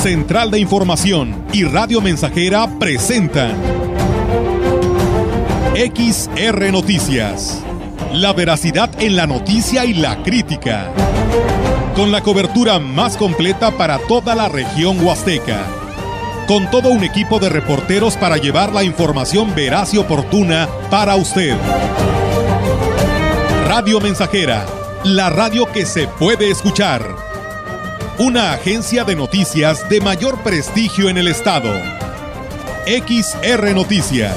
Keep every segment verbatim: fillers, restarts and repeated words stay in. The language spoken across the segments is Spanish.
Central de Información y Radio Mensajera presentan X R Noticias. La veracidad en la noticia y la crítica. Con la cobertura más completa para toda la región huasteca. Con todo un equipo de reporteros para llevar la información veraz y oportuna para usted. Radio Mensajera, la radio que se puede escuchar. Una agencia de noticias de mayor prestigio en el estado. X R Noticias.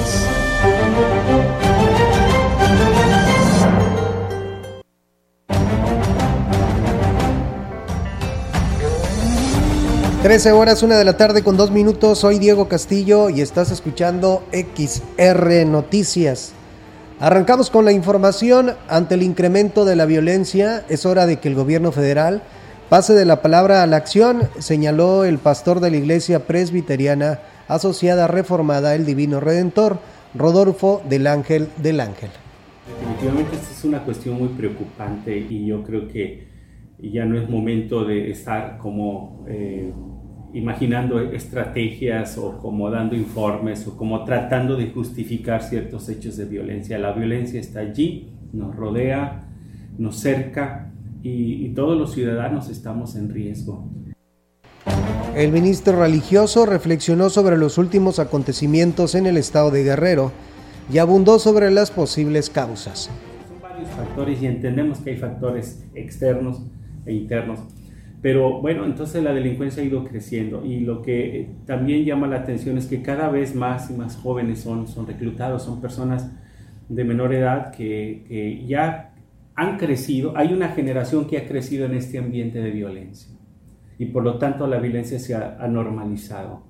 trece horas, una de la tarde con dos minutos. Soy Diego Castillo y estás escuchando X R Noticias. Arrancamos con la información. Ante el incremento de la violencia, es hora de que el gobierno federal pase de la palabra a la acción, señaló el pastor de la Iglesia Presbiteriana Asociada Reformada El Divino Redentor, Rodolfo del Ángel del Ángel. Definitivamente esta es una cuestión muy preocupante y yo creo que ya no es momento de estar como eh, imaginando estrategias o como dando informes o como tratando de justificar ciertos hechos de violencia. La violencia está allí, nos rodea, nos cerca. Y, y todos los ciudadanos estamos en riesgo. El ministro religioso reflexionó sobre los últimos acontecimientos en el estado de Guerrero y abundó sobre las posibles causas. Son varios factores y entendemos que hay factores externos e internos, pero bueno, entonces la delincuencia ha ido creciendo y lo que también llama la atención es que cada vez más y más jóvenes son, son reclutados, son personas de menor edad que, que ya han crecido, hay una generación que ha crecido en este ambiente de violencia y por lo tanto la violencia se ha, ha normalizado.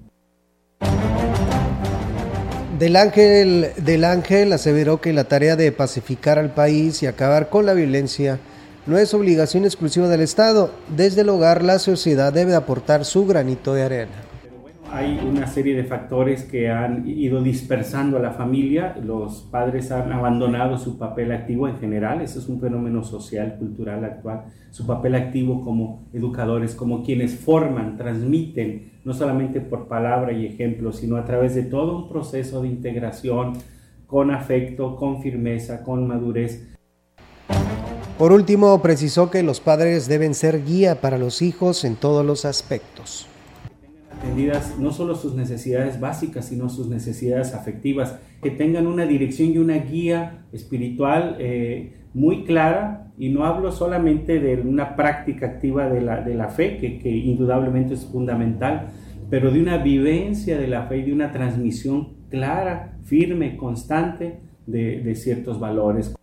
Del Ángel, del Ángel aseveró que la tarea de pacificar al país y acabar con la violencia no es obligación exclusiva del Estado. Desde el hogar, la sociedad debe aportar su granito de arena. Hay una serie de factores que han ido dispersando a la familia. Los padres han abandonado su papel activo en general. Eso es un fenómeno social, cultural actual. Su papel activo como educadores, como quienes forman, transmiten, no solamente por palabra y ejemplo, sino a través de todo un proceso de integración con afecto, con firmeza, con madurez. Por último, precisó que los padres deben ser guía para los hijos en todos los aspectos. Atendidas no solo sus necesidades básicas, sino sus necesidades afectivas, que tengan una dirección y una guía espiritual eh, muy clara, y no hablo solamente de una práctica activa de la, de la fe, que, que indudablemente es fundamental, pero de una vivencia de la fe y de una transmisión clara, firme, constante de, de ciertos valores.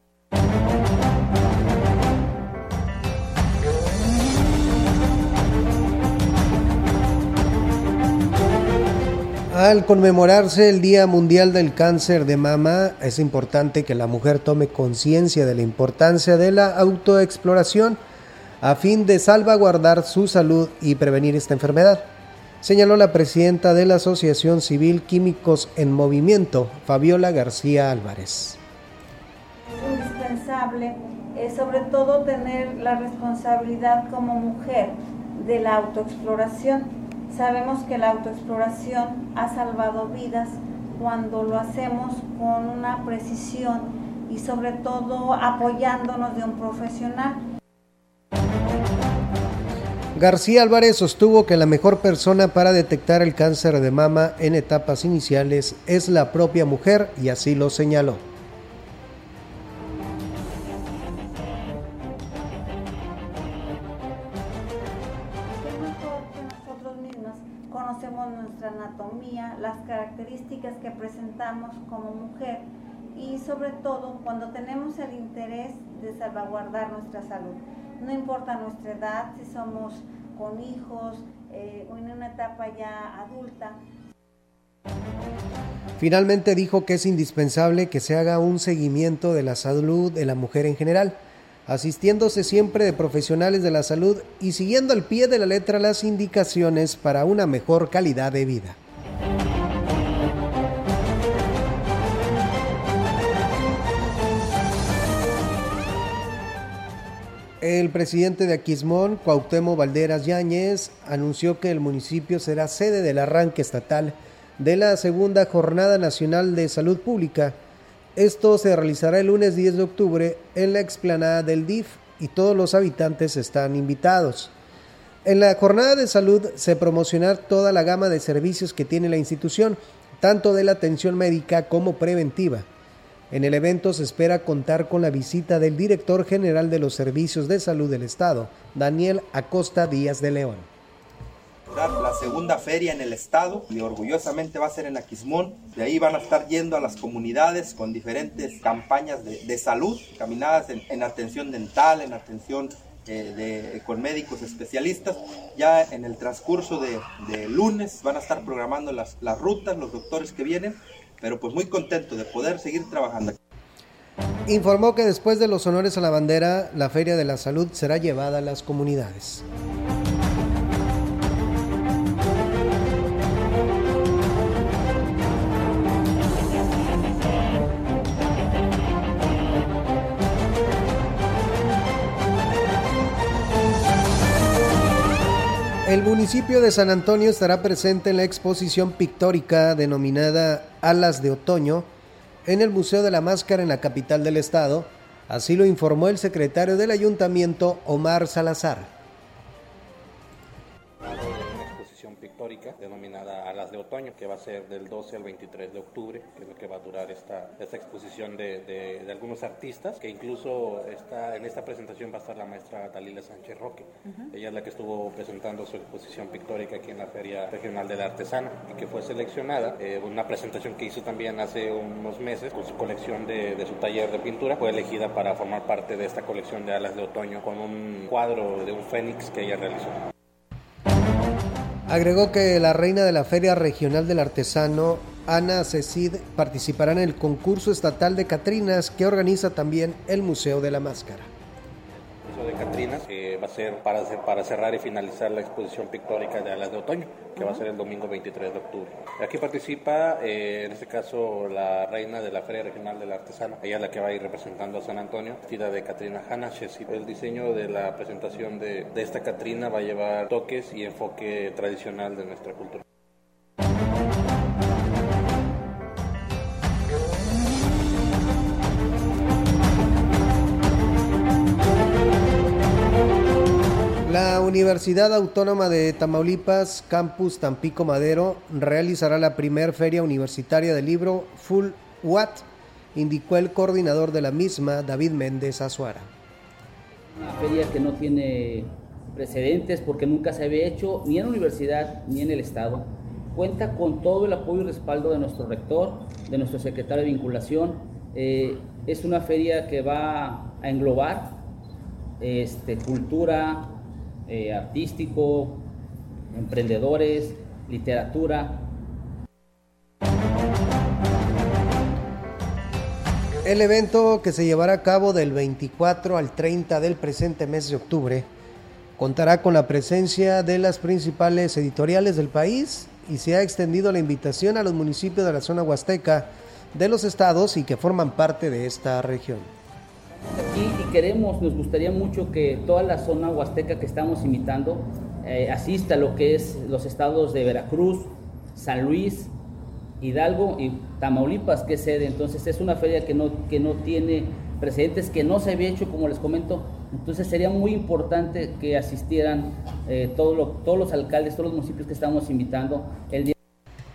Al conmemorarse el Día Mundial del Cáncer de Mama, es importante que la mujer tome conciencia de la importancia de la autoexploración a fin de salvaguardar su salud y prevenir esta enfermedad, señaló la presidenta de la Asociación Civil Químicos en Movimiento, Fabiola García Álvarez. Es indispensable, eh, sobre todo, tener la responsabilidad como mujer de la autoexploración. Sabemos que la autoexploración ha salvado vidas cuando lo hacemos con una precisión y sobre todo apoyándonos de un profesional. García Álvarez sostuvo que la mejor persona para detectar el cáncer de mama en etapas iniciales es la propia mujer y así lo señaló. Conocemos nuestra anatomía, las características que presentamos como mujer y sobre todo cuando tenemos el interés de salvaguardar nuestra salud. No importa nuestra edad, si somos con hijos eh, o en una etapa ya adulta. Finalmente dijo que es indispensable que se haga un seguimiento de la salud de la mujer en general, asistiéndose siempre de profesionales de la salud y siguiendo al pie de la letra las indicaciones para una mejor calidad de vida. El presidente de Aquismón, Cuauhtémoc Valderas Yáñez, anunció que el municipio será sede del arranque estatal de la segunda Jornada Nacional de Salud Pública. Esto se realizará el lunes diez de octubre en la explanada del D I F y todos los habitantes están invitados. En la jornada de salud se promocionará toda la gama de servicios que tiene la institución, tanto de la atención médica como preventiva. En el evento se espera contar con la visita del director general de los Servicios de Salud del Estado, Daniel Acosta Díaz de León. La segunda feria en el estado y orgullosamente va a ser en Aquismón. De ahí van a estar yendo a las comunidades con diferentes campañas de, de salud, caminadas en, en atención dental, en atención eh, de, con médicos especialistas. Ya en el transcurso de, de lunes van a estar programando las, las rutas, los doctores que vienen, pero pues muy contento de poder seguir trabajando. Informó que después de los honores a la bandera, la Feria de la Salud será llevada a las comunidades. El municipio de San Antonio estará presente en la exposición pictórica denominada Alas de Otoño en el Museo de la Máscara en la capital del estado, así lo informó el secretario del ayuntamiento, Omar Salazar. Pictórica denominada Alas de Otoño, que va a ser del doce al veintitrés de octubre, que es lo que va a durar esta, esta exposición de, de, de algunos artistas, que incluso está, en esta presentación va a estar la maestra Dalila Sánchez Roque. Uh-huh. Ella es la que estuvo presentando su exposición pictórica aquí en la Feria Regional del Artesano y que fue seleccionada, eh, una presentación que hizo también hace unos meses con su colección de, de su taller de pintura, fue elegida para formar parte de esta colección de Alas de Otoño con un cuadro de un fénix que ella realizó. Agregó que la reina de la Feria Regional del Artesano, Ana Cecid, participará en el concurso estatal de Catrinas que organiza también el Museo de la Máscara. De Catrinas, que va a ser para, hacer, para cerrar y finalizar la exposición pictórica de Alas de Otoño, que uh-huh. va a ser el domingo veintitrés de octubre. Aquí participa, eh, en este caso, la reina de la Feria Regional del Artesano. Ella es la que va a ir representando a San Antonio, vestida de Catrina Hanna Shesi. El diseño de la presentación de, de esta Catrina va a llevar toques y enfoque tradicional de nuestra cultura. La Universidad Autónoma de Tamaulipas, Campus Tampico Madero, realizará la primer feria universitaria del libro Full What, indicó el coordinador de la misma, David Méndez Azuara. Una feria que no tiene precedentes porque nunca se había hecho ni en la universidad ni en el estado. Cuenta con todo el apoyo y respaldo de nuestro rector, de nuestro secretario de vinculación. Eh, es una feria que va a englobar este, cultura, Eh, artístico, emprendedores, literatura. El evento, que se llevará a cabo del veinticuatro al treinta del presente mes de octubre, contará con la presencia de las principales editoriales del país y se ha extendido la invitación a los municipios de la zona huasteca de los estados y que forman parte de esta región. Aquí y queremos, nos gustaría mucho que toda la zona huasteca que estamos invitando eh, asista a lo que es los estados de Veracruz, San Luis, Hidalgo y Tamaulipas, que es sede. Entonces es una feria que no, que no tiene precedentes, que no se había hecho, como les comento. Entonces sería muy importante que asistieran eh, todo lo, todos los alcaldes, todos los municipios que estamos invitando el día.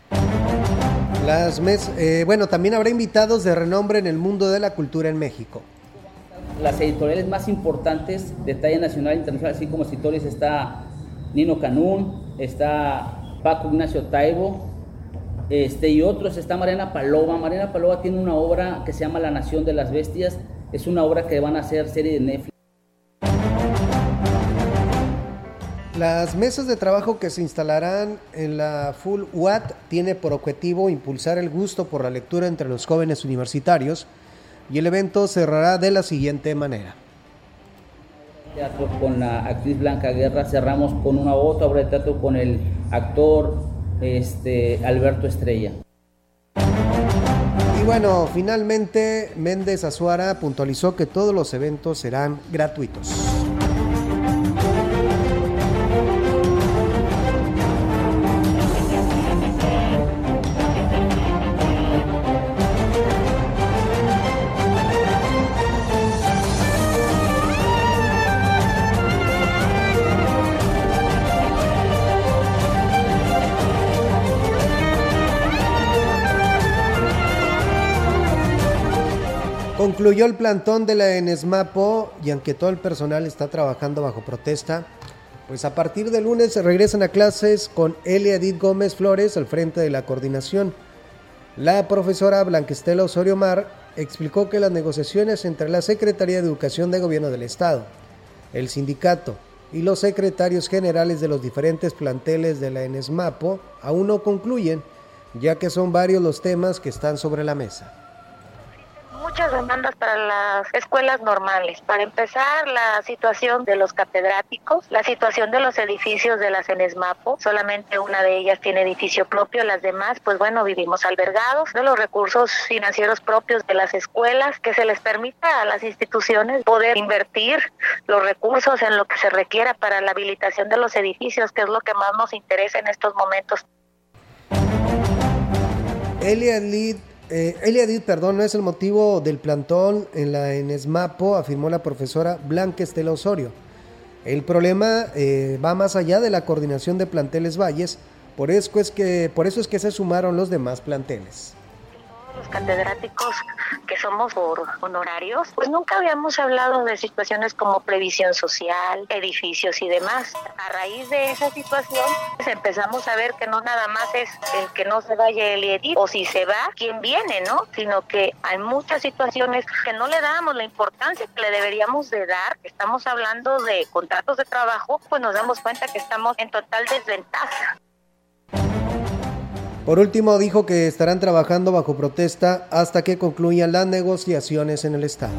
Las mes, eh, bueno, también habrá invitados de renombre en el mundo de la cultura en México. Las editoriales más importantes de talla nacional e internacional, así como escritores, está Nino Canún, está Paco Ignacio Taibo, este, y otros, está Mariana Paloma. Mariana Paloma tiene una obra que se llama La Nación de las Bestias, es una obra que van a hacer serie de Netflix. Las mesas de trabajo que se instalarán en la Full What tiene por objetivo impulsar el gusto por la lectura entre los jóvenes universitarios, y el evento cerrará de la siguiente manera. Teatro con la actriz Blanca Guerra, cerramos con una otra obra de teatro con el actor este, Alberto Estrella. Y bueno, finalmente Méndez Azuara puntualizó que todos los eventos serán gratuitos. Concluyó el plantón de la ENESMAPO y aunque todo el personal está trabajando bajo protesta, pues a partir de lunes se regresan a clases con Elia Edith Gómez Flores al frente de la coordinación. La profesora Blanca Estela Osorio Mar explicó que las negociaciones entre la Secretaría de Educación de Gobierno del Estado, el sindicato y los secretarios generales de los diferentes planteles de la ENESMAPO aún no concluyen, ya que son varios los temas que están sobre la mesa. Muchas demandas para las escuelas normales. Para empezar, la situación de los catedráticos, la situación de los edificios de la ENESMAPO, solamente una de ellas tiene edificio propio, las demás, pues bueno, vivimos albergados, de los recursos financieros propios de las escuelas, que se les permita a las instituciones poder invertir los recursos en lo que se requiera para la habilitación de los edificios, que es lo que más nos interesa en estos momentos. Elia Edith Eh, Elia Edith, perdón, no es el motivo del plantón en la ENESMAPO, afirmó la profesora Blanca Estela Osorio. El problema eh, va más allá de la coordinación de planteles Valles, por eso es que, por eso es que se sumaron los demás planteles. Los catedráticos que somos por honorarios, pues nunca habíamos hablado de situaciones como previsión social, edificios y demás. A raíz de esa situación, pues empezamos a ver que no nada más es el que no se vaya el Edith, o si se va, quién viene, ¿no? Sino que hay muchas situaciones que no le damos la importancia que le deberíamos de dar. Estamos hablando de contratos de trabajo, pues nos damos cuenta que estamos en total desventaja. Por último, dijo que estarán trabajando bajo protesta hasta que concluyan las negociaciones en el Estado.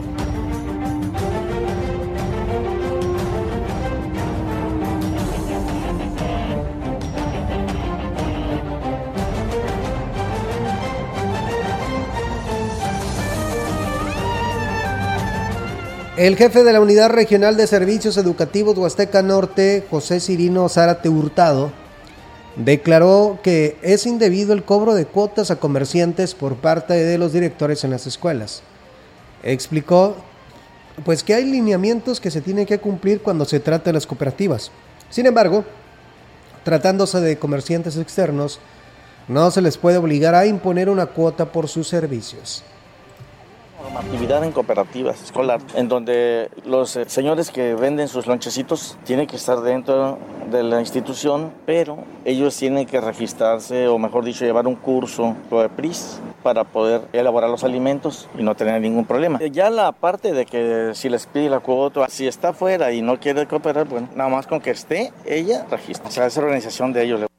El jefe de la Unidad Regional de Servicios Educativos Huasteca Norte, José Cirino Zárate Hurtado, declaró que es indebido el cobro de cuotas a comerciantes por parte de los directores en las escuelas. Explicó pues que hay lineamientos que se tienen que cumplir cuando se trata de las cooperativas. Sin embargo, tratándose de comerciantes externos, no se les puede obligar a imponer una cuota por sus servicios. Actividad en cooperativas escolar, en donde los eh, señores que venden sus lonchecitos tienen que estar dentro de la institución, pero ellos tienen que registrarse, o mejor dicho, llevar un curso de P R I S para poder elaborar los alimentos y no tener ningún problema. Ya la parte de que si les pide la cuota, si está fuera y no quiere cooperar, bueno, nada más con que esté, ella registra. O sea, esa organización de ellos.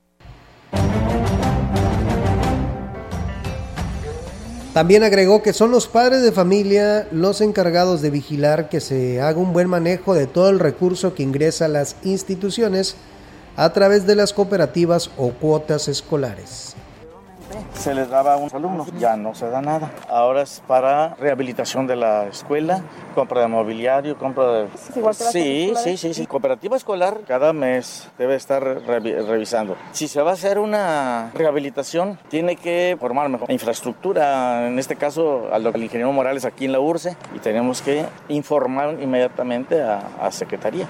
También agregó que son los padres de familia los encargados de vigilar que se haga un buen manejo de todo el recurso que ingresa a las instituciones a través de las cooperativas o cuotas escolares. Se les daba a unos alumnos, ya no se da nada. Ahora es para rehabilitación de la escuela, compra de mobiliario, compra de... ¿Igual que sí, sí, sí, sí. Cooperativa escolar cada mes debe estar re- revisando. Si se va a hacer una rehabilitación, tiene que formar mejor infraestructura, en este caso al ingeniero Morales aquí en la U R C E, y tenemos que informar inmediatamente a, a Secretaría.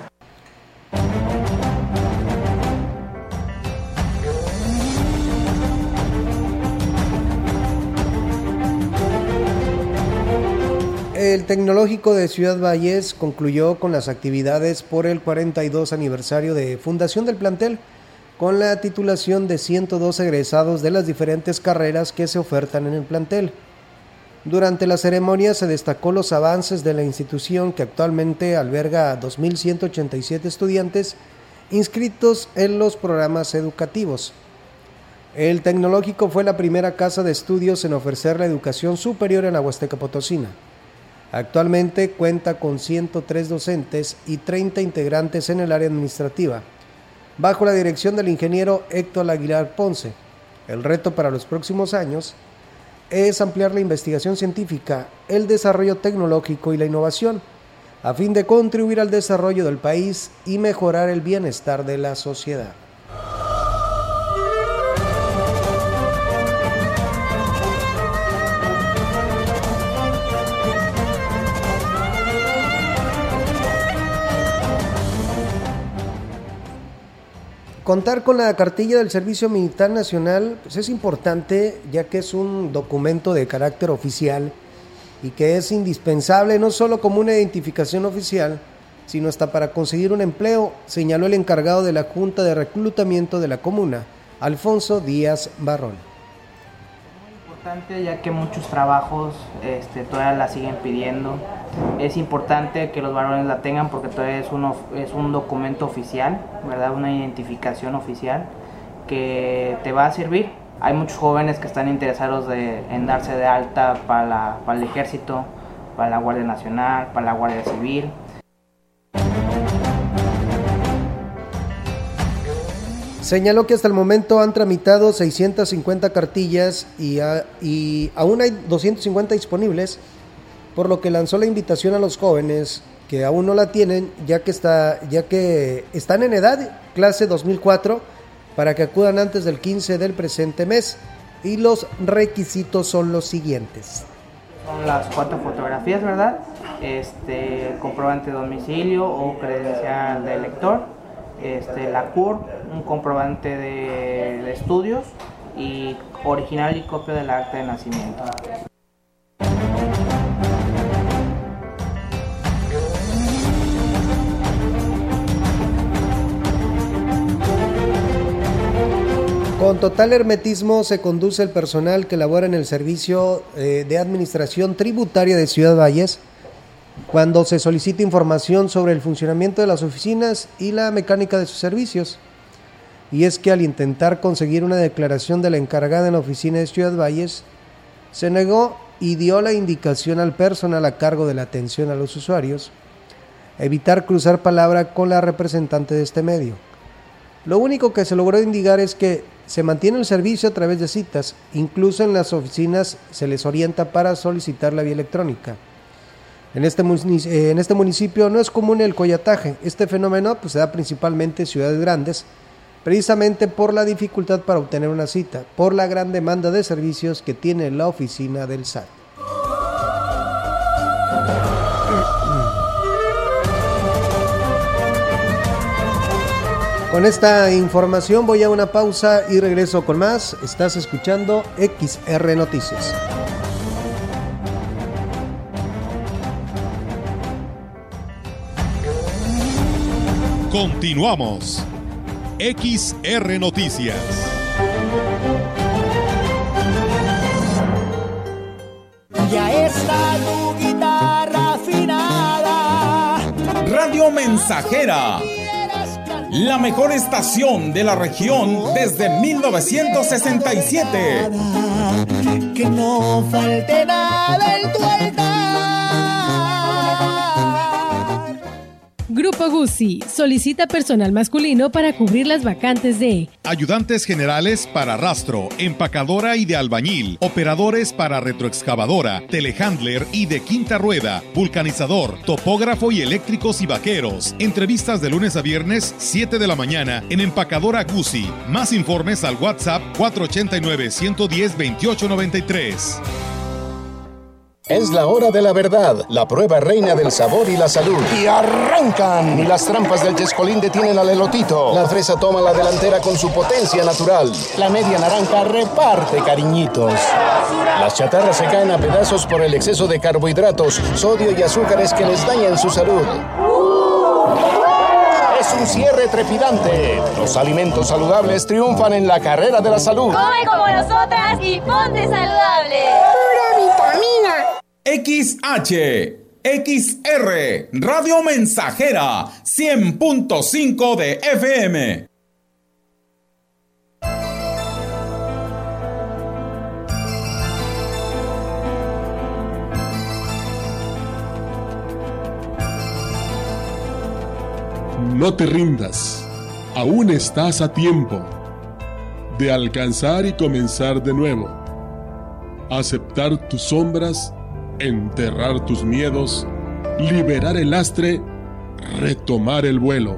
El Tecnológico de Ciudad Valles concluyó con las actividades por el cuarenta y dos aniversario de fundación del plantel, con la titulación de ciento dos egresados de las diferentes carreras que se ofertan en el plantel. Durante la ceremonia se destacó los avances de la institución, que actualmente alberga a dos mil ciento ochenta y siete estudiantes inscritos en los programas educativos. El Tecnológico fue la primera casa de estudios en ofrecer la educación superior en la Huasteca Potosina. Actualmente cuenta con ciento tres docentes y treinta integrantes en el área administrativa, bajo la dirección del ingeniero Héctor Aguilar Ponce. El reto para los próximos años es ampliar la investigación científica, el desarrollo tecnológico y la innovación, a fin de contribuir al desarrollo del país y mejorar el bienestar de la sociedad. Contar con la cartilla del Servicio Militar Nacional pues es importante, ya que es un documento de carácter oficial y que es indispensable no solo como una identificación oficial, sino hasta para conseguir un empleo, señaló el encargado de la Junta de Reclutamiento de la comuna, Alfonso Díaz Barrón. Muy importante, ya que muchos trabajos este, todavía la siguen pidiendo. Es importante que los varones la tengan porque todavía es, uno, es un documento oficial, ¿verdad? Una identificación oficial que te va a servir. Hay muchos jóvenes que están interesados de, en darse de alta para, la, para el ejército, para la Guardia Nacional, para la Guardia Civil. Señaló que hasta el momento han tramitado seiscientas cincuenta cartillas y, a, y aún hay doscientas cincuenta disponibles, por lo que lanzó la invitación a los jóvenes que aún no la tienen, ya que, está, ya que están en edad, clase dos mil cuatro, para que acudan antes del quince del presente mes, y los requisitos son los siguientes. Son las cuatro fotografías, ¿verdad? Este, comprobante de domicilio o credencial de lector, este, la C U R, un comprobante de, de estudios y original y copia del acta de nacimiento. Con total hermetismo se conduce el personal que labora en el Servicio eh, de Administración Tributaria de Ciudad Valles cuando se solicita información sobre el funcionamiento de las oficinas y la mecánica de sus servicios. Y es que al intentar conseguir una declaración de la encargada en la oficina de Ciudad Valles, se negó y dio la indicación al personal a cargo de la atención a los usuarios evitar cruzar palabra con la representante de este medio. Lo único que se logró indicar es que se mantiene el servicio a través de citas, incluso en las oficinas se les orienta para solicitar la vía electrónica. En este, en este municipio no es común el coyataje. Este fenómeno pues, se da principalmente en ciudades grandes, precisamente por la dificultad para obtener una cita, por la gran demanda de servicios que tiene la oficina del S A T. Con esta información voy a una pausa y regreso con más. Estás escuchando X R Noticias. Continuamos. X R Noticias. Ya está tu guitarra afinada. Radio Mensajera, la mejor estación de la región desde mil novecientos sesenta y siete. Que no falte nada en tu altar. Grupo Guzzi solicita personal masculino para cubrir las vacantes de ayudantes generales para rastro, empacadora y de albañil, operadores para retroexcavadora, telehandler y de quinta rueda, vulcanizador, topógrafo y eléctricos y vaqueros. Entrevistas de lunes a viernes, siete de la mañana en Empacadora Guzzi. Más informes al WhatsApp cuatro ocho nueve, uno uno cero, dos ocho nueve tres. Es la hora de la verdad, la prueba reina del sabor y la salud. ¡Y arrancan! Ni las trampas del chescolín detienen al elotito. La fresa toma la delantera con su potencia natural. La media naranja reparte cariñitos. Las chatarras se caen a pedazos por el exceso de carbohidratos, sodio y azúcares que les dañan su salud. Es un cierre trepidante. Los alimentos saludables triunfan en la carrera de la salud. Come como nosotras y ponte saludable. Pura vitamina. X H, X R, Radio Mensajera, cien punto cinco de F M. No te rindas, aún estás a tiempo de alcanzar y comenzar de nuevo. Aceptar tus sombras, enterrar tus miedos, liberar el lastre, retomar el vuelo.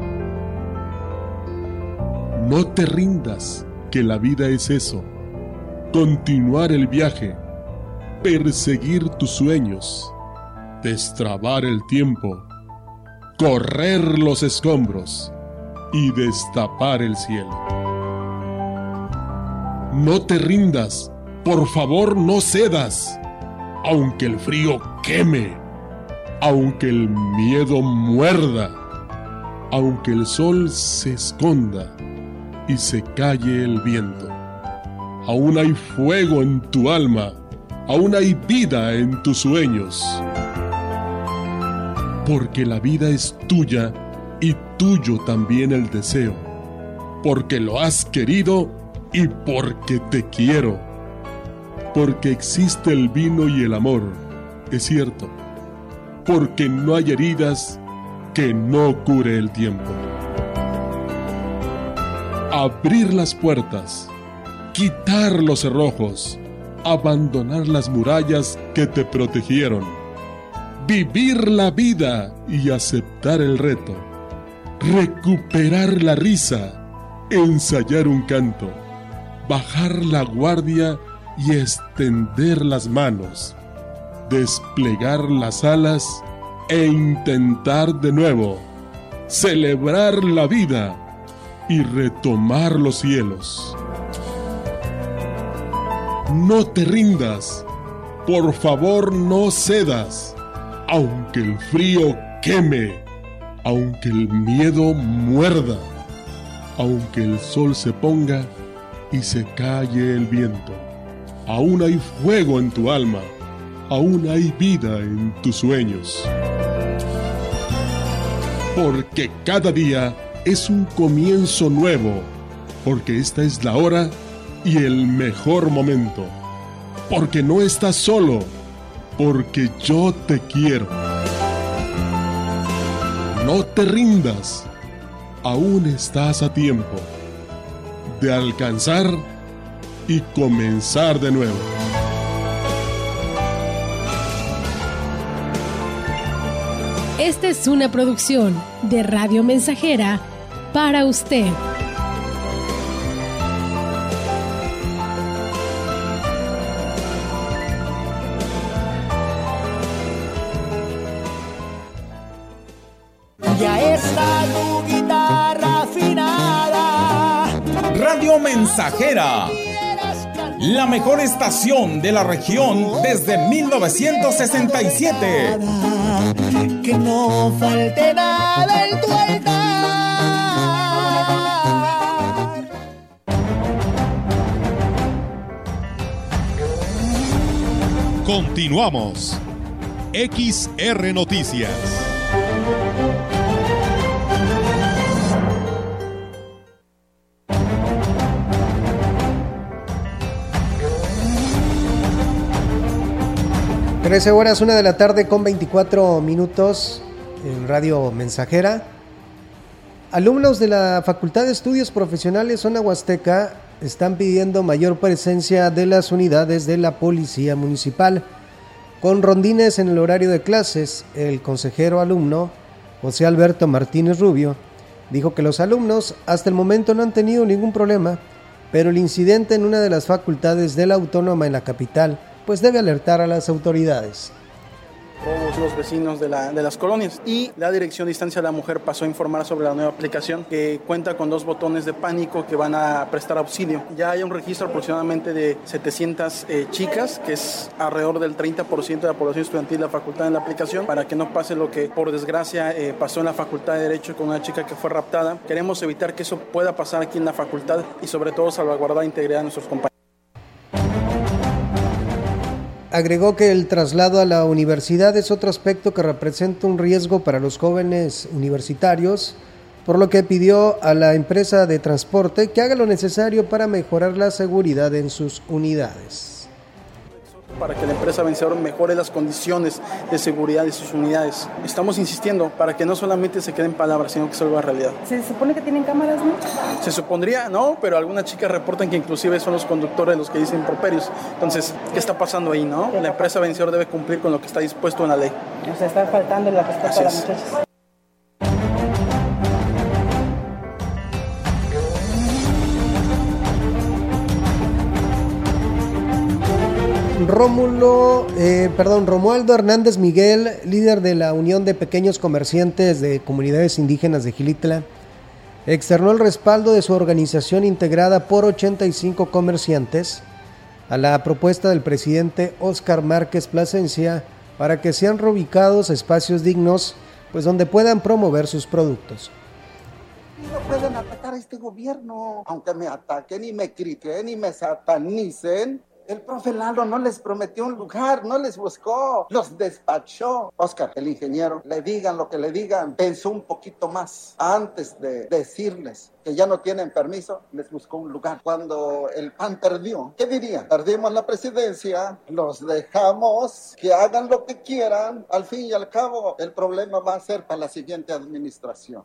No te rindas, que la vida es eso. Continuar el viaje, perseguir tus sueños, destrabar el tiempo, correr los escombros y destapar el cielo. No te rindas, por favor no cedas. aunque el frío queme, aunque el miedo muerda, aunque el sol se esconda y se calle el viento. Aún hay fuego en tu alma, aún hay vida en tus sueños. Porque la vida es tuya y tuyo también el deseo. Porque lo has querido y porque te quiero. Porque existe el vino y el amor, es cierto. Porque no hay heridas que no cure el tiempo. Abrir las puertas, quitar los cerrojos, abandonar las murallas que te protegieron, vivir la vida y aceptar el reto, recuperar la risa, ensayar un canto, bajar la guardia y extender las manos, desplegar las alas e intentar de nuevo, celebrar la vida y retomar los cielos. No te rindas, por favor no cedas, aunque el frío queme, aunque el miedo muerda, aunque el sol se ponga y se calle el viento. Aún hay fuego en tu alma, aún hay vida en tus sueños. Porque cada día es un comienzo nuevo, porque esta es la hora y el mejor momento. Porque no estás solo, porque yo te quiero. No te rindas, aún estás a tiempo de alcanzar y comenzar de nuevo. Esta es una producción de Radio Mensajera para usted. Ya está tu guitarra afinada. Radio Mensajera, la mejor estación de la región desde mil novecientos sesenta y siete. Que no falte nada en tu altar. Continuamos. X R Noticias. trece horas, una de la tarde con veinticuatro minutos en Radio Mensajera. Alumnos de la Facultad de Estudios Profesionales Zona Huasteca están pidiendo mayor presencia de las unidades de la Policía Municipal. Con rondines en el horario de clases, el consejero alumno José Alberto Martínez Rubio dijo que los alumnos hasta el momento no han tenido ningún problema, pero el incidente en una de las facultades de la Autónoma en la capital pues debe alertar a las autoridades. Todos los vecinos de, la, de las colonias, y la Dirección de Instancia de la Mujer pasó a informar sobre la nueva aplicación que cuenta con dos botones de pánico que van a prestar auxilio. Ya hay un registro aproximadamente de setecientas eh, chicas, que es alrededor del treinta por ciento de la población estudiantil de la facultad en la aplicación, para que no pase lo que por desgracia eh, pasó en la Facultad de Derecho con una chica que fue raptada. Queremos evitar que eso pueda pasar aquí en la facultad y sobre todo salvaguardar la integridad de nuestros compañeros. Agregó que el traslado a la universidad es otro aspecto que representa un riesgo para los jóvenes universitarios, por lo que pidió a la empresa de transporte que haga lo necesario para mejorar la seguridad en sus unidades. Para que la empresa Vencedor mejore las condiciones de seguridad de sus unidades. Estamos insistiendo para que no solamente se queden palabras, sino que se vuelva realidad. Se supone que tienen cámaras, ¿no? Se supondría, no, pero algunas chicas reportan que inclusive son los conductores los que dicen improperios. Entonces, ¿qué está pasando ahí, no? La empresa Vencedor debe cumplir con lo que está dispuesto en la ley. O sea, está faltando el respeto a las muchachas. Rómulo, eh, perdón, Romualdo Hernández Miguel, líder de la Unión de Pequeños Comerciantes de Comunidades Indígenas de Xilitla, externó el respaldo de su organización integrada por ochenta y cinco comerciantes a la propuesta del presidente Óscar Márquez Plasencia para que sean reubicados espacios dignos, pues donde puedan promover sus productos. No pueden atacar a este gobierno, aunque me ataquen y me critiquen y me satanicen. El profe Lalo no les prometió un lugar, no les buscó, los despachó. Óscar, el ingeniero, le digan lo que le digan, pensó un poquito más antes de decirles que ya no tienen permiso, les buscó un lugar. Cuando el P A N perdió, ¿qué dirían? Perdimos la presidencia, los dejamos, que hagan lo que quieran, al fin y al cabo el problema va a ser para la siguiente administración.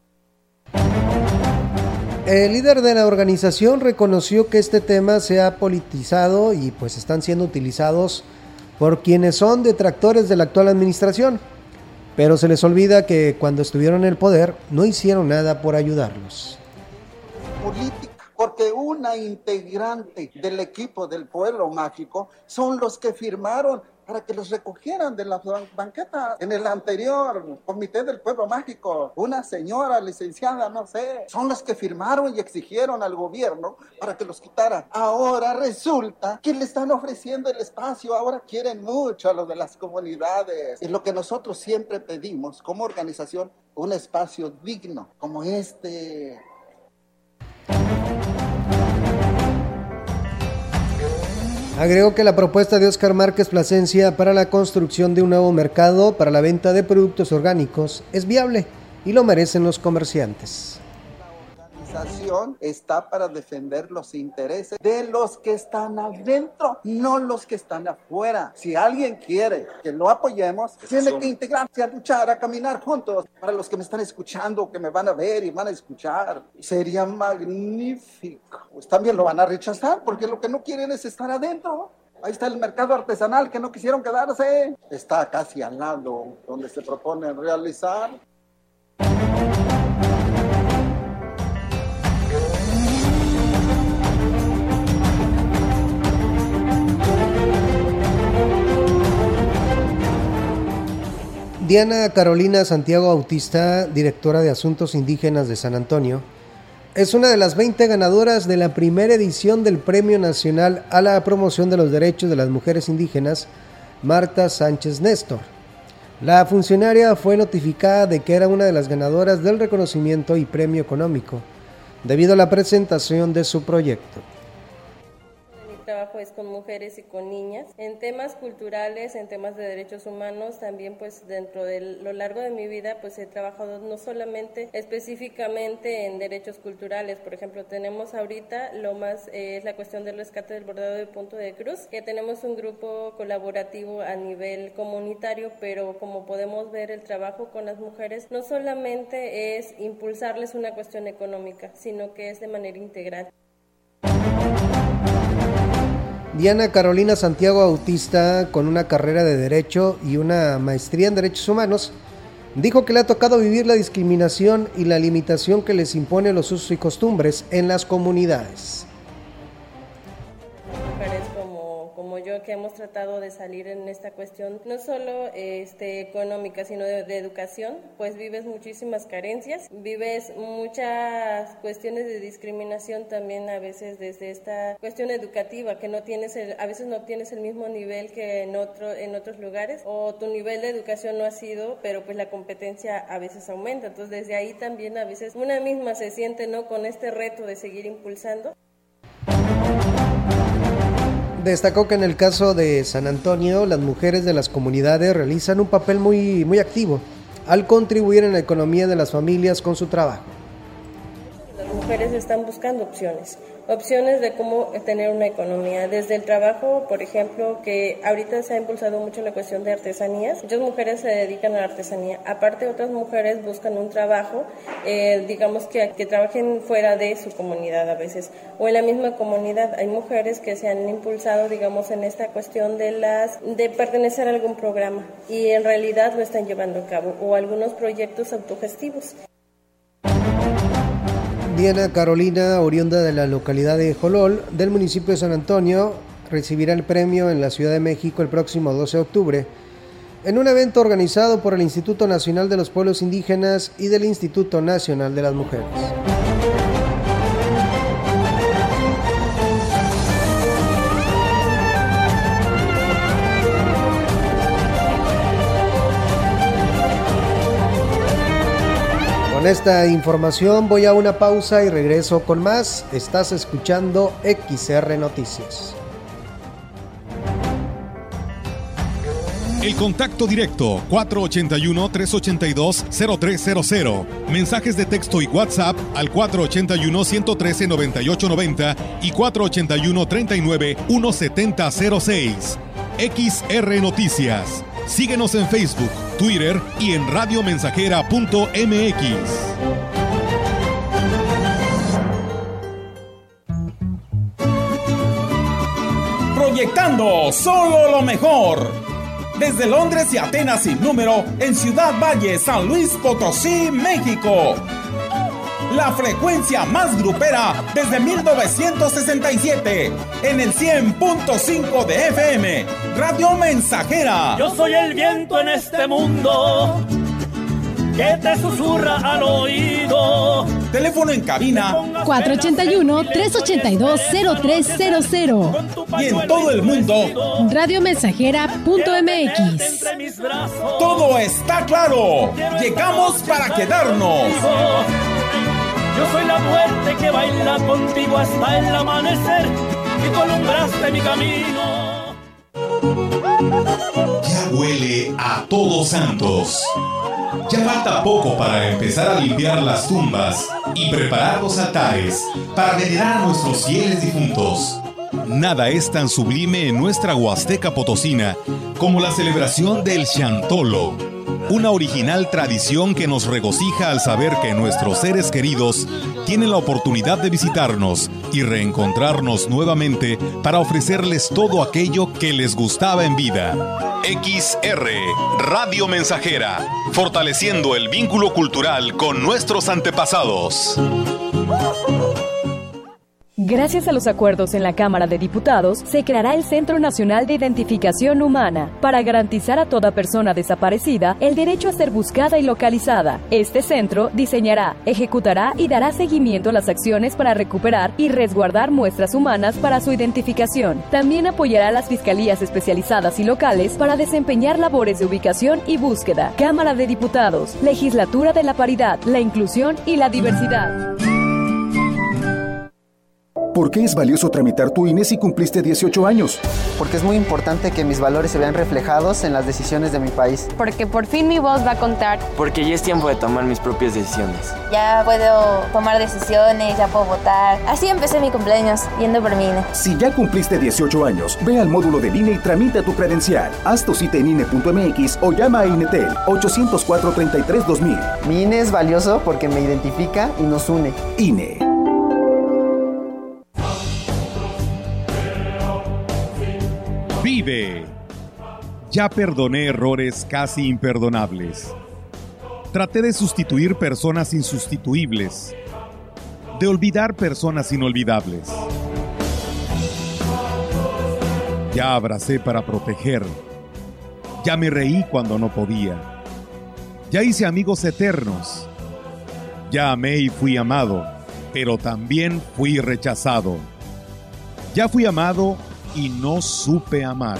El líder de la organización reconoció que este tema se ha politizado y pues están siendo utilizados por quienes son detractores de la actual administración, pero se les olvida que cuando estuvieron en el poder no hicieron nada por ayudarlos. Política, porque una integrante del equipo del Pueblo Mágico son los que firmaron para que los recogieran de las banquetas. En el anterior Comité del Pueblo Mágico, una señora licenciada, no sé, son los que firmaron y exigieron al gobierno para que los quitara. Ahora resulta que le están ofreciendo el espacio, ahora quieren mucho a los de las comunidades. Es lo que nosotros siempre pedimos como organización, un espacio digno como este. Agregó que la propuesta de Óscar Márquez Plasencia para la construcción de un nuevo mercado para la venta de productos orgánicos es viable y lo merecen los comerciantes. La organización está para defender los intereses de los que están adentro, no los que están afuera. Si alguien quiere que lo apoyemos, tiene que integrarse a luchar, a caminar juntos. Para los que me están escuchando, que me van a ver y van a escuchar, sería magnífico. Pues también lo van a rechazar porque lo que no quieren es estar adentro. Ahí está el mercado artesanal que no quisieron quedarse. Está casi al lado donde se propone realizar. Diana Carolina Santiago Bautista, directora de Asuntos Indígenas de San Antonio, es una de las veinte ganadoras de la primera edición del Premio Nacional a la Promoción de los Derechos de las Mujeres Indígenas, Marta Sánchez Néstor. La funcionaria fue notificada de que era una de las ganadoras del reconocimiento y premio económico, debido a la presentación de su proyecto. Trabajo es con mujeres y con niñas en temas culturales, en temas de derechos humanos. También pues dentro de lo largo de mi vida pues he trabajado no solamente específicamente en derechos culturales. Por ejemplo, tenemos ahorita lo más eh, es la cuestión del rescate del bordado de punto de cruz, que tenemos un grupo colaborativo a nivel comunitario, pero como podemos ver, el trabajo con las mujeres no solamente es impulsarles una cuestión económica, sino que es de manera integral. Diana Carolina Santiago Bautista, con una carrera de Derecho y una maestría en Derechos Humanos, dijo que le ha tocado vivir la discriminación y la limitación que les impone los usos y costumbres en las comunidades. Mujeres como, como yo, que hemos tratado de salir en esta cuestión, no solo este, económica, sino de, de educación, pues vives muchísimas carencias, vives muchas cuestiones de discriminación también a veces desde esta cuestión educativa, que no tienes el, a veces no tienes el mismo nivel que en, otro, en otros lugares, o tu nivel de educación no ha sido, pero pues la competencia a veces aumenta. Entonces desde ahí también a veces una misma se siente, ¿no?, con este reto de seguir impulsando. Destacó que en el caso de San Antonio, las mujeres de las comunidades realizan un papel muy, muy activo al contribuir en la economía de las familias con su trabajo. Las mujeres están buscando opciones, opciones de cómo tener una economía, desde el trabajo, por ejemplo, que ahorita se ha impulsado mucho la cuestión de artesanías. Muchas mujeres se dedican a la artesanía, aparte otras mujeres buscan un trabajo, eh, digamos que, que trabajen fuera de su comunidad a veces, o en la misma comunidad. Hay mujeres que se han impulsado, digamos, en esta cuestión de las de pertenecer a algún programa y en realidad lo están llevando a cabo, o algunos proyectos autogestivos. Diana Carolina, oriunda de la localidad de Jolol, del municipio de San Antonio, recibirá el premio en la Ciudad de México el próximo doce de octubre, en un evento organizado por el Instituto Nacional de los Pueblos Indígenas y del Instituto Nacional de las Mujeres. Con esta información voy a una pausa y regreso con más. Estás escuchando X R Noticias. El contacto directo cuatro ocho uno, tres ocho dos, cero tres cero cero. Mensajes de texto y WhatsApp al cuatro ocho uno, uno uno tres, nueve ocho nueve cero y cuatro ocho uno, tres nueve, uno siete cero cero seis. X R Noticias. Síguenos en Facebook, Twitter y en radiomensajera punto m x. Proyectando solo lo mejor. Desde Londres y Atenas sin número, en Ciudad Valle, San Luis Potosí, México. La frecuencia más grupera desde mil novecientos sesenta y siete, en el cien punto cinco de F M, Radio Mensajera. Yo soy el viento en este mundo que te susurra al oído. Teléfono en cabina cuatro ocho uno, tres ocho dos, cero tres cero cero. Y en todo el mundo radiomensajera punto m x. Todo está claro. Llegamos para quedarnos. Yo soy la muerte que baila contigo hasta el amanecer y tú alumbraste mi camino. Ya huele a Todos Santos. Ya falta poco para empezar a limpiar las tumbas y preparar los altares para venerar a nuestros fieles difuntos. Nada es tan sublime en nuestra Huasteca Potosina como la celebración del Chantolo, una original tradición que nos regocija al saber que nuestros seres queridos tienen la oportunidad de visitarnos y reencontrarnos nuevamente para ofrecerles todo aquello que les gustaba en vida. X R, Radio Mensajera, fortaleciendo el vínculo cultural con nuestros antepasados. Gracias a los acuerdos en la Cámara de Diputados, se creará el Centro Nacional de Identificación Humana para garantizar a toda persona desaparecida el derecho a ser buscada y localizada. Este centro diseñará, ejecutará y dará seguimiento a las acciones para recuperar y resguardar muestras humanas para su identificación. También apoyará a las fiscalías especializadas y locales para desempeñar labores de ubicación y búsqueda. Cámara de Diputados, Legislatura de la Paridad, la Inclusión y la Diversidad. ¿Por qué es valioso tramitar tu I N E si cumpliste dieciocho años? Porque es muy importante que mis valores se vean reflejados en las decisiones de mi país. Porque por fin mi voz va a contar. Porque ya es tiempo de tomar mis propias decisiones. Ya puedo tomar decisiones, ya puedo votar. Así empecé mi cumpleaños, yendo por mi I N E. Si ya cumpliste dieciocho años, ve al módulo del I N E y tramita tu credencial. Haz tu cita en I N E punto m x o llama a INETEL ocho cero cuatro, treinta y tres, dos mil. Mi I N E es valioso porque me identifica y nos une. I N E. Vive. Ya perdoné errores casi imperdonables. Traté de sustituir personas insustituibles, de olvidar personas inolvidables. Ya abracé para proteger. Ya me reí cuando no podía. Ya hice amigos eternos. Ya amé y fui amado, pero también fui rechazado. Ya fui amado y no supe amar.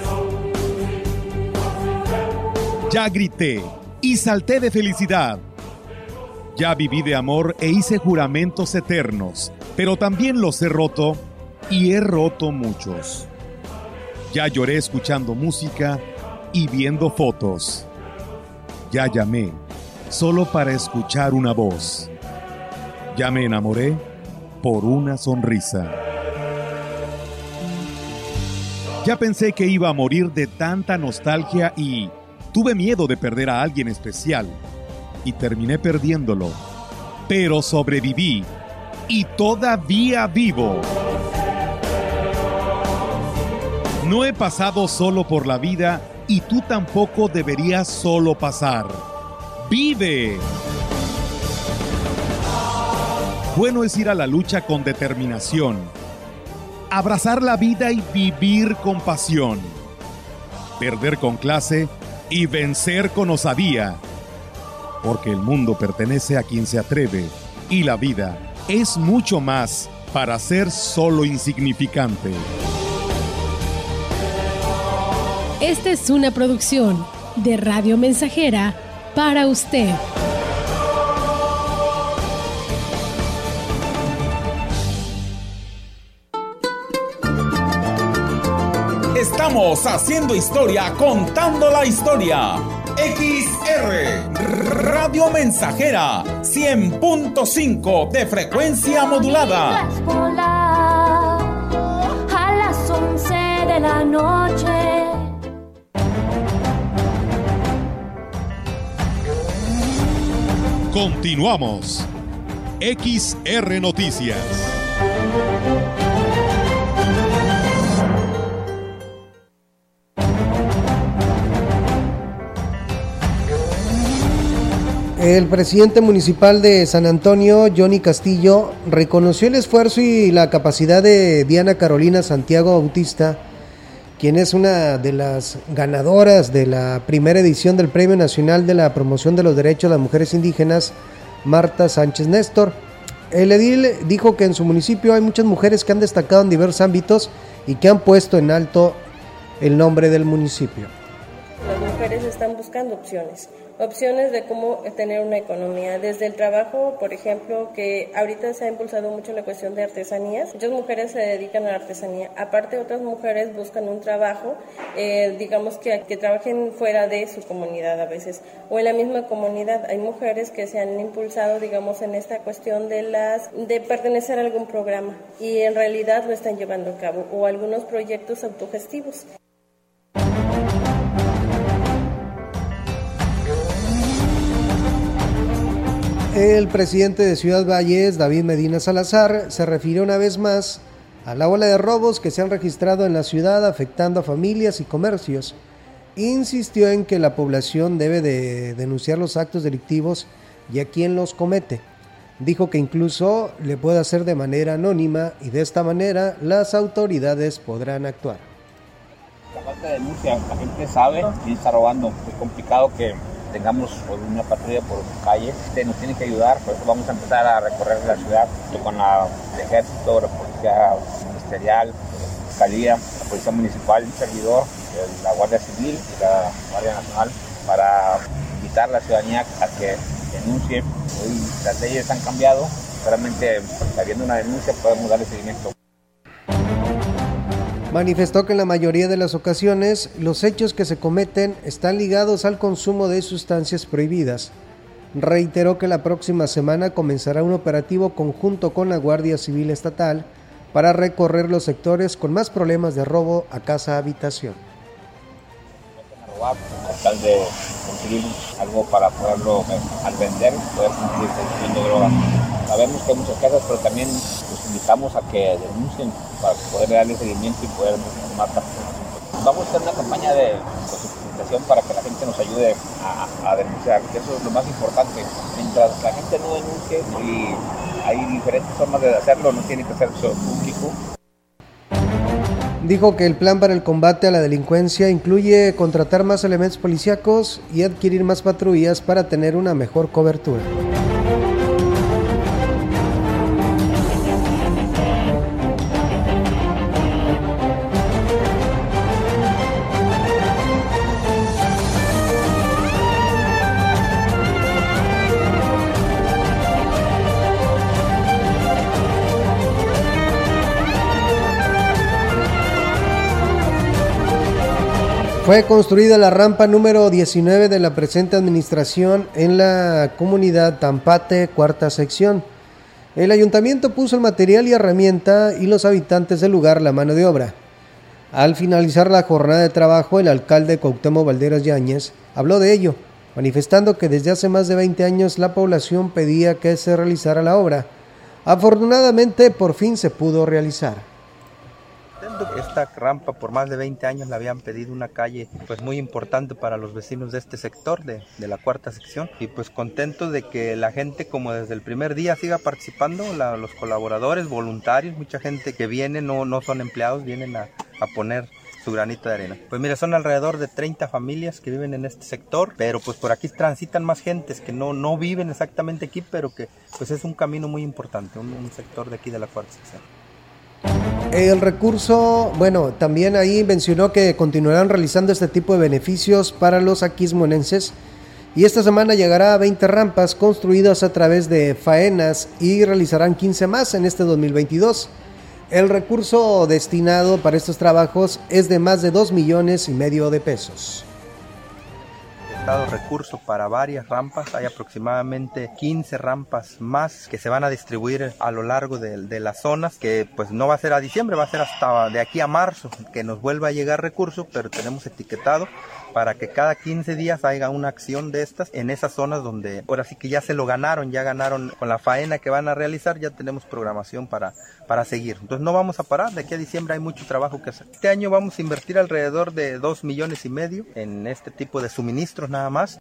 Ya grité y salté de felicidad. Ya viví de amor e hice juramentos eternos, pero también los he roto y he roto muchos. Ya lloré escuchando música y viendo fotos. Ya llamé solo para escuchar una voz. Ya me enamoré por una sonrisa. Ya pensé que iba a morir de tanta nostalgia y tuve miedo de perder a alguien especial y terminé perdiéndolo, pero sobreviví y todavía vivo. No he pasado solo por la vida y tú tampoco deberías solo pasar. ¡Vive! Bueno es ir a la lucha con determinación, abrazar la vida y vivir con pasión, perder con clase y vencer con osadía, porque el mundo pertenece a quien se atreve y la vida es mucho más para ser solo insignificante. Esta es una producción de Radio Mensajera para usted. Estamos haciendo historia, contando la historia. X R Radio Mensajera cien punto cinco de frecuencia modulada. A las once de la noche. Continuamos. X R Noticias. El presidente municipal de San Antonio, Johnny Castillo, reconoció el esfuerzo y la capacidad de Diana Carolina Santiago Bautista, quien es una de las ganadoras de la primera edición del Premio Nacional de la Promoción de los Derechos de las Mujeres Indígenas, Marta Sánchez Néstor. El edil dijo que en su municipio hay muchas mujeres que han destacado en diversos ámbitos y que han puesto en alto el nombre del municipio. Las mujeres están buscando opciones, opciones de cómo tener una economía, desde el trabajo, por ejemplo, que ahorita se ha impulsado mucho la cuestión de artesanías. Muchas mujeres se dedican a la artesanía, aparte otras mujeres buscan un trabajo, eh, digamos que, que trabajen fuera de su comunidad a veces, o en la misma comunidad. Hay mujeres que se han impulsado, digamos, en esta cuestión de las de pertenecer a algún programa y en realidad lo están llevando a cabo, o algunos proyectos autogestivos. El presidente de Ciudad Valles, David Medina Salazar, se refirió una vez más a la ola de robos que se han registrado en la ciudad afectando a familias y comercios. Insistió en que la población debe de denunciar los actos delictivos y a quien los comete. Dijo que incluso le puede hacer de manera anónima y de esta manera las autoridades podrán actuar. La falta de denuncia, la gente sabe quién está robando. Es complicado que tengamos una patrulla por calle, nos tiene que ayudar, por eso vamos a empezar a recorrer la ciudad con la, el ejército, la policía ministerial, la fiscalía, la policía municipal, el servidor, la Guardia Civil y la Guardia Nacional para invitar a la ciudadanía a que denuncie. Hoy las leyes han cambiado, solamente habiendo una denuncia podemos darle seguimiento. Manifestó que en la mayoría de las ocasiones los hechos que se cometen están ligados al consumo de sustancias prohibidas. Reiteró que la próxima semana comenzará un operativo conjunto con la Guardia Civil Estatal para recorrer los sectores con más problemas de robo a casa-habitación. Con tal de conseguir algo para poderlo al vender, poder seguir consumiendo droga. Sabemos que hay muchas casas, pero también los invitamos a que denuncien para poder darle seguimiento y poder matar. Vamos a hacer una campaña de concientización para que la gente nos ayude a, a denunciar, que eso es lo más importante. Mientras la gente no denuncie, y hay diferentes formas de hacerlo, no tiene que ser público. Dijo que el plan para el combate a la delincuencia incluye contratar más elementos policíacos y adquirir más patrullas para tener una mejor cobertura. Fue construida la rampa número diecinueve de la presente administración en la comunidad Tampate, cuarta sección. El ayuntamiento puso el material y herramienta y los habitantes del lugar la mano de obra. Al finalizar la jornada de trabajo, el alcalde Cuauhtémoc Valderas Yáñez habló de ello, manifestando que desde hace más de veinte años la población pedía que se realizara la obra. Afortunadamente, por fin se pudo realizar. Esta rampa por más de veinte años la habían pedido, una calle pues muy importante para los vecinos de este sector, de, de la cuarta sección, y pues contentos de que la gente como desde el primer día siga participando, la, los colaboradores, voluntarios, mucha gente que viene, no, no son empleados, vienen a, a poner su granito de arena. Pues mira, son alrededor de treinta familias que viven en este sector, pero pues por aquí transitan más gentes que no, no viven exactamente aquí, pero que pues es un camino muy importante, un, un sector de aquí de la cuarta sección. El recurso, bueno, también ahí mencionó que continuarán realizando este tipo de beneficios para los aquismonenses y esta semana llegará a veinte rampas construidas a través de faenas y realizarán quince más en este dos mil veintidós. El recurso destinado para estos trabajos es de más de dos millones y medio de pesos. Dado recurso para varias rampas, hay aproximadamente quince rampas más que se van a distribuir a lo largo de, de las zonas, que pues no va a ser a diciembre, va a ser hasta de aquí a marzo que nos vuelva a llegar recurso, pero tenemos etiquetado para que cada quince días haya una acción de estas en esas zonas donde ahora sí que ya se lo ganaron, ya ganaron con la faena que van a realizar, ya tenemos programación para, para seguir. Entonces no vamos a parar, de aquí a diciembre hay mucho trabajo que hacer. Este año vamos a invertir alrededor de dos millones y medio en este tipo de suministros nada más.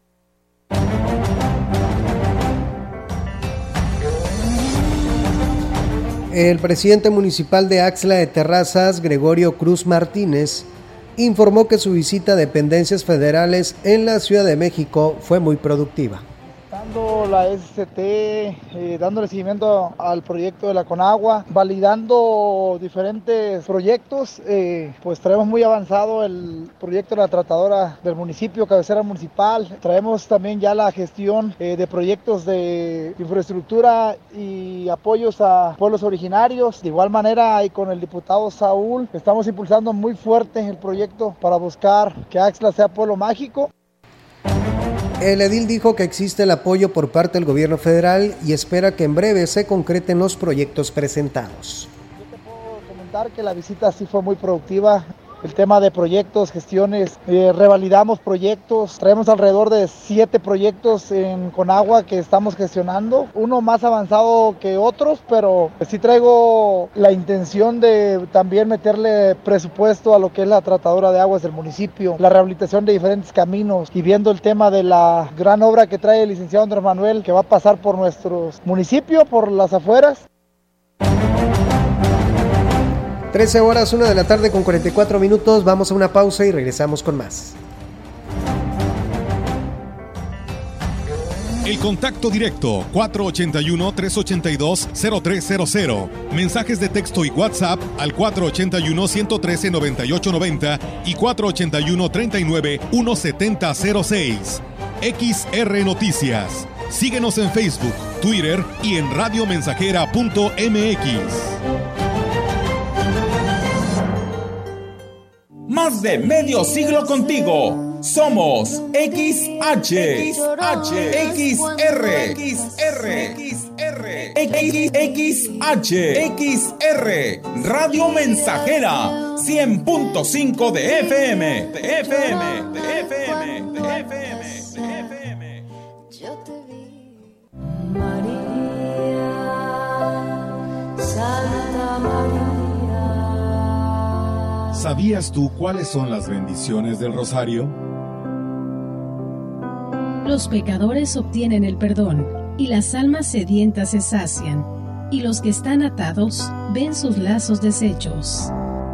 El presidente municipal de Axtla de Terrazas, Gregorio Cruz Martínez, informó que su visita a dependencias federales en la Ciudad de México fue muy productiva. Dando la S C T, eh, dándole seguimiento al proyecto de la Conagua, validando diferentes proyectos, eh, pues traemos muy avanzado el proyecto de la tratadora del municipio, cabecera municipal, traemos también ya la gestión eh, de proyectos de infraestructura y apoyos a pueblos originarios. De igual manera, y con el diputado Saúl, estamos impulsando muy fuerte el proyecto para buscar que Axtla sea pueblo mágico. El edil dijo que existe el apoyo por parte del gobierno federal y espera que en breve se concreten los proyectos presentados. Yo te puedo comentar que la visita sí fue muy productiva. El tema de proyectos, gestiones, eh, revalidamos proyectos, traemos alrededor de siete proyectos en Conagua que estamos gestionando, uno más avanzado que otros, pero sí traigo la intención de también meterle presupuesto a lo que es la tratadora de aguas del municipio, la rehabilitación de diferentes caminos y viendo el tema de la gran obra que trae el licenciado Andrés Manuel que va a pasar por nuestro municipio, por las afueras. trece horas, una de la tarde con cuarenta y cuatro minutos. Vamos a una pausa y regresamos con más. El contacto directo cuatro ochenta y uno, trescientos ochenta y dos, cero tres cero cero. Mensajes de texto y WhatsApp al cuatro ochenta y uno, ciento trece, noventa y ocho noventa y cuatro ochenta y uno, treinta y nueve, ciento setenta cero seis. X R Noticias. Síguenos en Facebook, Twitter y en radiomensajera punto m x. Más de medio siglo contigo. Somos X H, X H, X R, X R, X R, X H, X R, Radio Mensajera, cien punto cinco de F M, de F M, de F M, de F M, de F M. Yo te vi, María, Santa María. ¿Sabías tú cuáles son las bendiciones del rosario? Los pecadores obtienen el perdón, y las almas sedientas se sacian, y los que están atados ven sus lazos deshechos.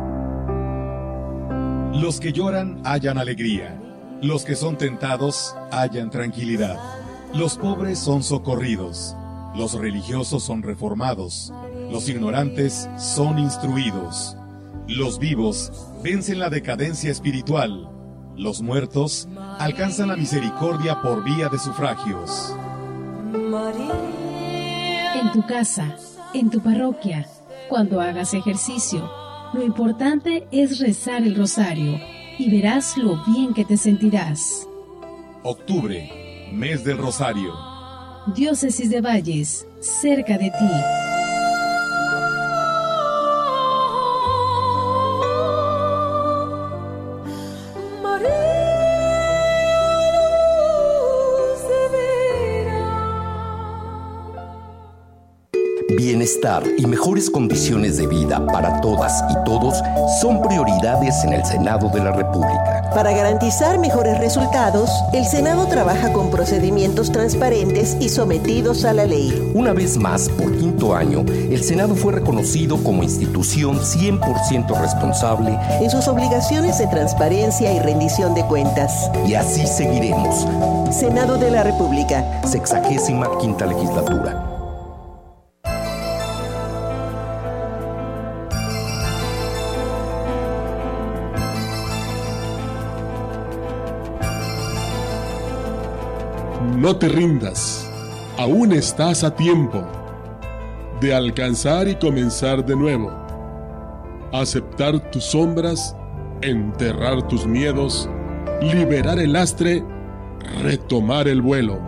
Los que lloran hallan alegría, los que son tentados hallan tranquilidad, los pobres son socorridos, los religiosos son reformados, los ignorantes son instruidos. Los vivos vencen la decadencia espiritual. Los muertos alcanzan la misericordia por vía de sufragios. En tu casa, en tu parroquia, cuando hagas ejercicio, lo importante es rezar el rosario y verás lo bien que te sentirás. Octubre, mes del rosario. Diócesis de Valles, cerca de ti. Bienestar y mejores condiciones de vida para todas y todos son prioridades en el Senado de la República. Para garantizar mejores resultados, el Senado trabaja con procedimientos transparentes y sometidos a la ley. Una vez más, por quinto año, el Senado fue reconocido como institución cien por ciento responsable en sus obligaciones de transparencia y rendición de cuentas. Y así seguiremos. Senado de la República. Sexagésima quinta legislatura. No te rindas, aún estás a tiempo de alcanzar y comenzar de nuevo. aceptar tus sombras, enterrar tus miedos, liberar el lastre, retomar el vuelo.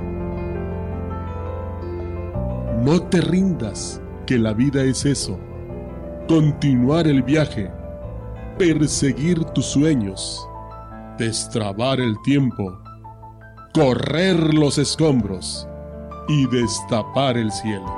No te rindas, que la vida es eso. Continuar el viaje, perseguir tus sueños, destrabar el tiempo, correr los escombros y destapar el cielo.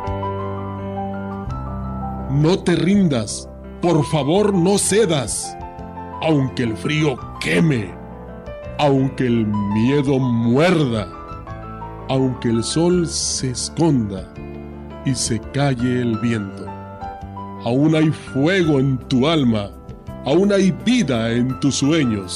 No te rindas, por favor no cedas, aunque el frío queme, aunque el miedo muerda, aunque el sol se esconda y se calle el viento. Aún hay fuego en tu alma, aún hay vida en tus sueños.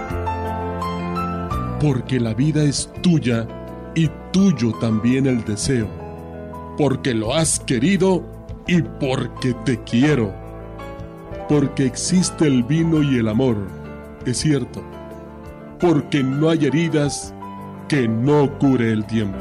Porque la vida es tuya y tuyo también el deseo. Porque lo has querido y porque te quiero. Porque existe el vino y el amor, es cierto. Porque no hay heridas que no cure el tiempo.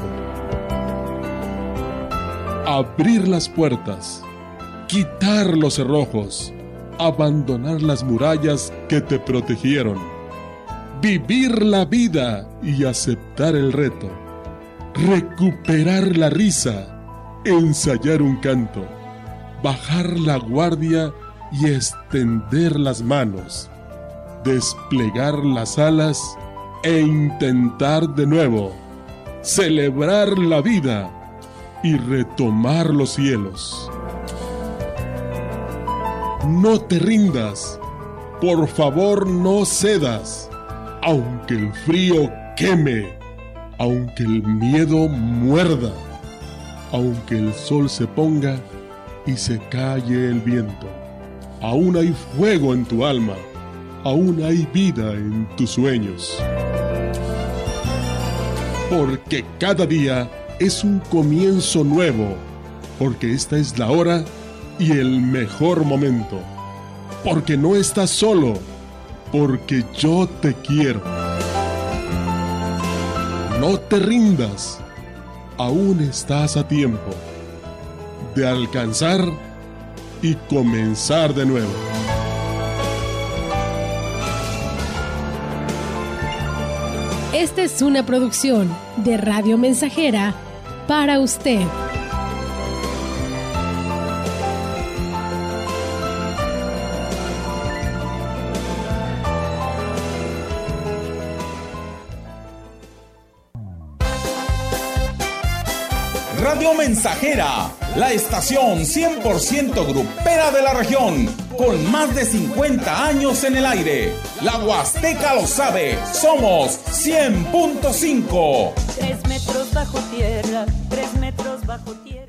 Abrir las puertas, quitar los cerrojos, abandonar las murallas que te protegieron, vivir la vida y aceptar el reto, recuperar la risa, ensayar un canto, bajar la guardia y extender las manos, desplegar las alas e intentar de nuevo, celebrar la vida y retomar los cielos. No te rindas, por favor no cedas, aunque el frío queme, aunque el miedo muerda, aunque el sol se ponga y se calle el viento. Aún hay fuego en tu alma, aún hay vida en tus sueños. Porque cada día es un comienzo nuevo, porque esta es la hora y el mejor momento, porque no estás solo, porque yo te quiero. No te rindas, aún estás a tiempo de alcanzar y comenzar de nuevo. Esta es una producción de Radio Mensajera para usted. Radio Mensajera, la estación cien por ciento grupera de la región, con más de cincuenta años en el aire. La Huasteca lo sabe, somos cien punto cinco. Tres metros bajo tierra, tres metros bajo tierra.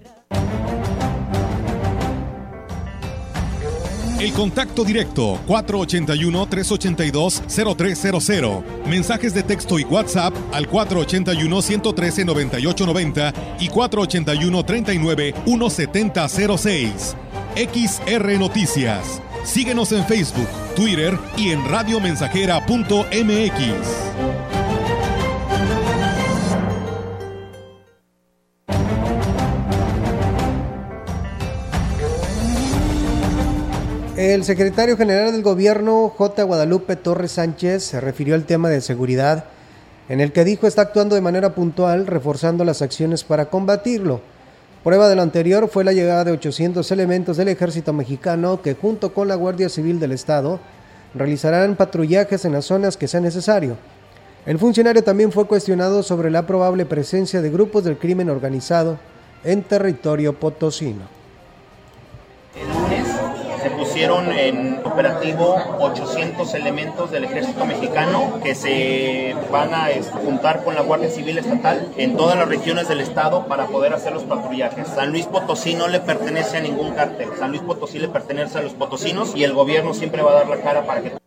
El contacto directo cuatro ocho uno, tres ocho dos, cero tres cero cero. Mensajes de texto y WhatsApp al cuatro ocho uno, uno uno tres, nueve ocho nueve cero y cuatro ocho uno, tres nueve, uno siete cero cero seis. X R Noticias. Síguenos en Facebook, Twitter y en radiomensajera punto m x. El secretario general del gobierno, J. Guadalupe Torres Sánchez, se refirió al tema de seguridad, en el que dijo está actuando de manera puntual, reforzando las acciones para combatirlo. Prueba de lo anterior fue la llegada de ochocientos elementos del ejército mexicano que, junto con la Guardia Civil del Estado, realizarán patrullajes en las zonas que sea necesario. El funcionario también fue cuestionado sobre la probable presencia de grupos del crimen organizado en territorio potosino. El lunes se pusieron en operativo ochocientos elementos del ejército mexicano que se van a juntar con la Guardia Civil Estatal en todas las regiones del estado para poder hacer los patrullajes. San Luis Potosí no le pertenece a ningún cártel, San Luis Potosí le pertenece a los potosinos y el gobierno siempre va a dar la cara para que...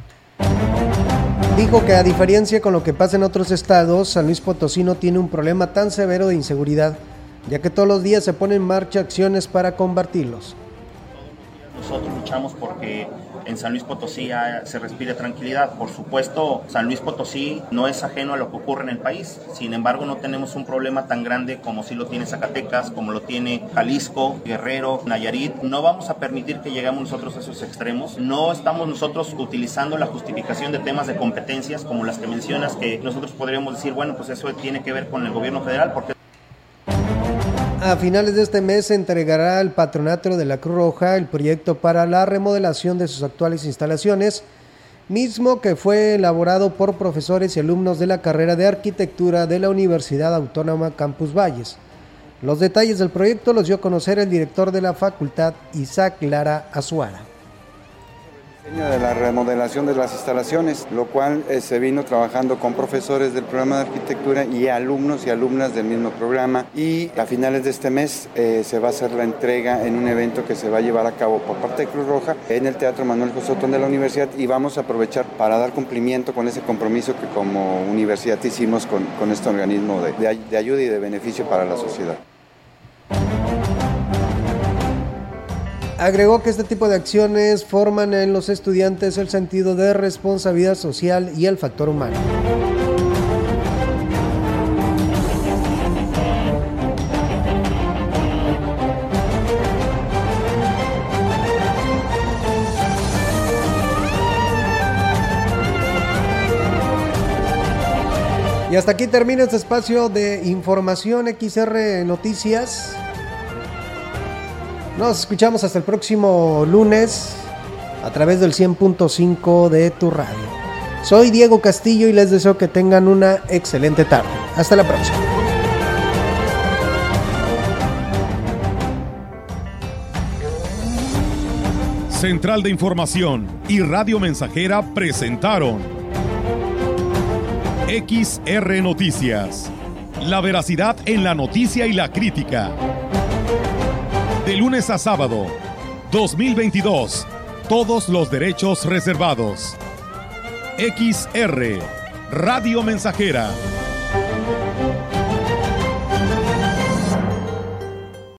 Dijo que a diferencia con lo que pasa en otros estados, San Luis Potosí no tiene un problema tan severo de inseguridad, ya que todos los días se ponen en marcha acciones para combatirlos. Nosotros luchamos porque en San Luis Potosí se respire tranquilidad. Por supuesto, San Luis Potosí no es ajeno a lo que ocurre en el país. Sin embargo, no tenemos un problema tan grande como sí lo tiene Zacatecas, como lo tiene Jalisco, Guerrero, Nayarit. No vamos a permitir que lleguemos nosotros a esos extremos. No estamos nosotros utilizando la justificación de temas de competencias como las que mencionas, que nosotros podríamos decir, bueno, pues eso tiene que ver con el gobierno federal, porque a finales de este mes se entregará al Patronato de la Cruz Roja el proyecto para la remodelación de sus actuales instalaciones, mismo que fue elaborado por profesores y alumnos de la carrera de Arquitectura de la Universidad Autónoma Campus Valles. Los detalles del proyecto los dio a conocer el director de la facultad, Isaac Lara Azuara. De la remodelación de las instalaciones, lo cual eh, se vino trabajando con profesores del programa de arquitectura y alumnos y alumnas del mismo programa, y a finales de este mes eh, se va a hacer la entrega en un evento que se va a llevar a cabo por parte de Cruz Roja en el Teatro Manuel José Otón de la Universidad, y vamos a aprovechar para dar cumplimiento con ese compromiso que como universidad hicimos con, con este organismo de, de, de ayuda y de beneficio para la sociedad. Agregó que este tipo de acciones forman en los estudiantes el sentido de responsabilidad social y el factor humano. Y hasta aquí termina este espacio de información X R Noticias. Nos escuchamos hasta el próximo lunes a través del cien punto cinco de tu radio. Soy Diego Castillo y les deseo que tengan una excelente tarde. Hasta la próxima. Central de Información y Radio Mensajera presentaron X R Noticias. La veracidad en la noticia y la crítica. De lunes a sábado, dos mil veintidós, todos los derechos reservados. X R, Radio Mensajera.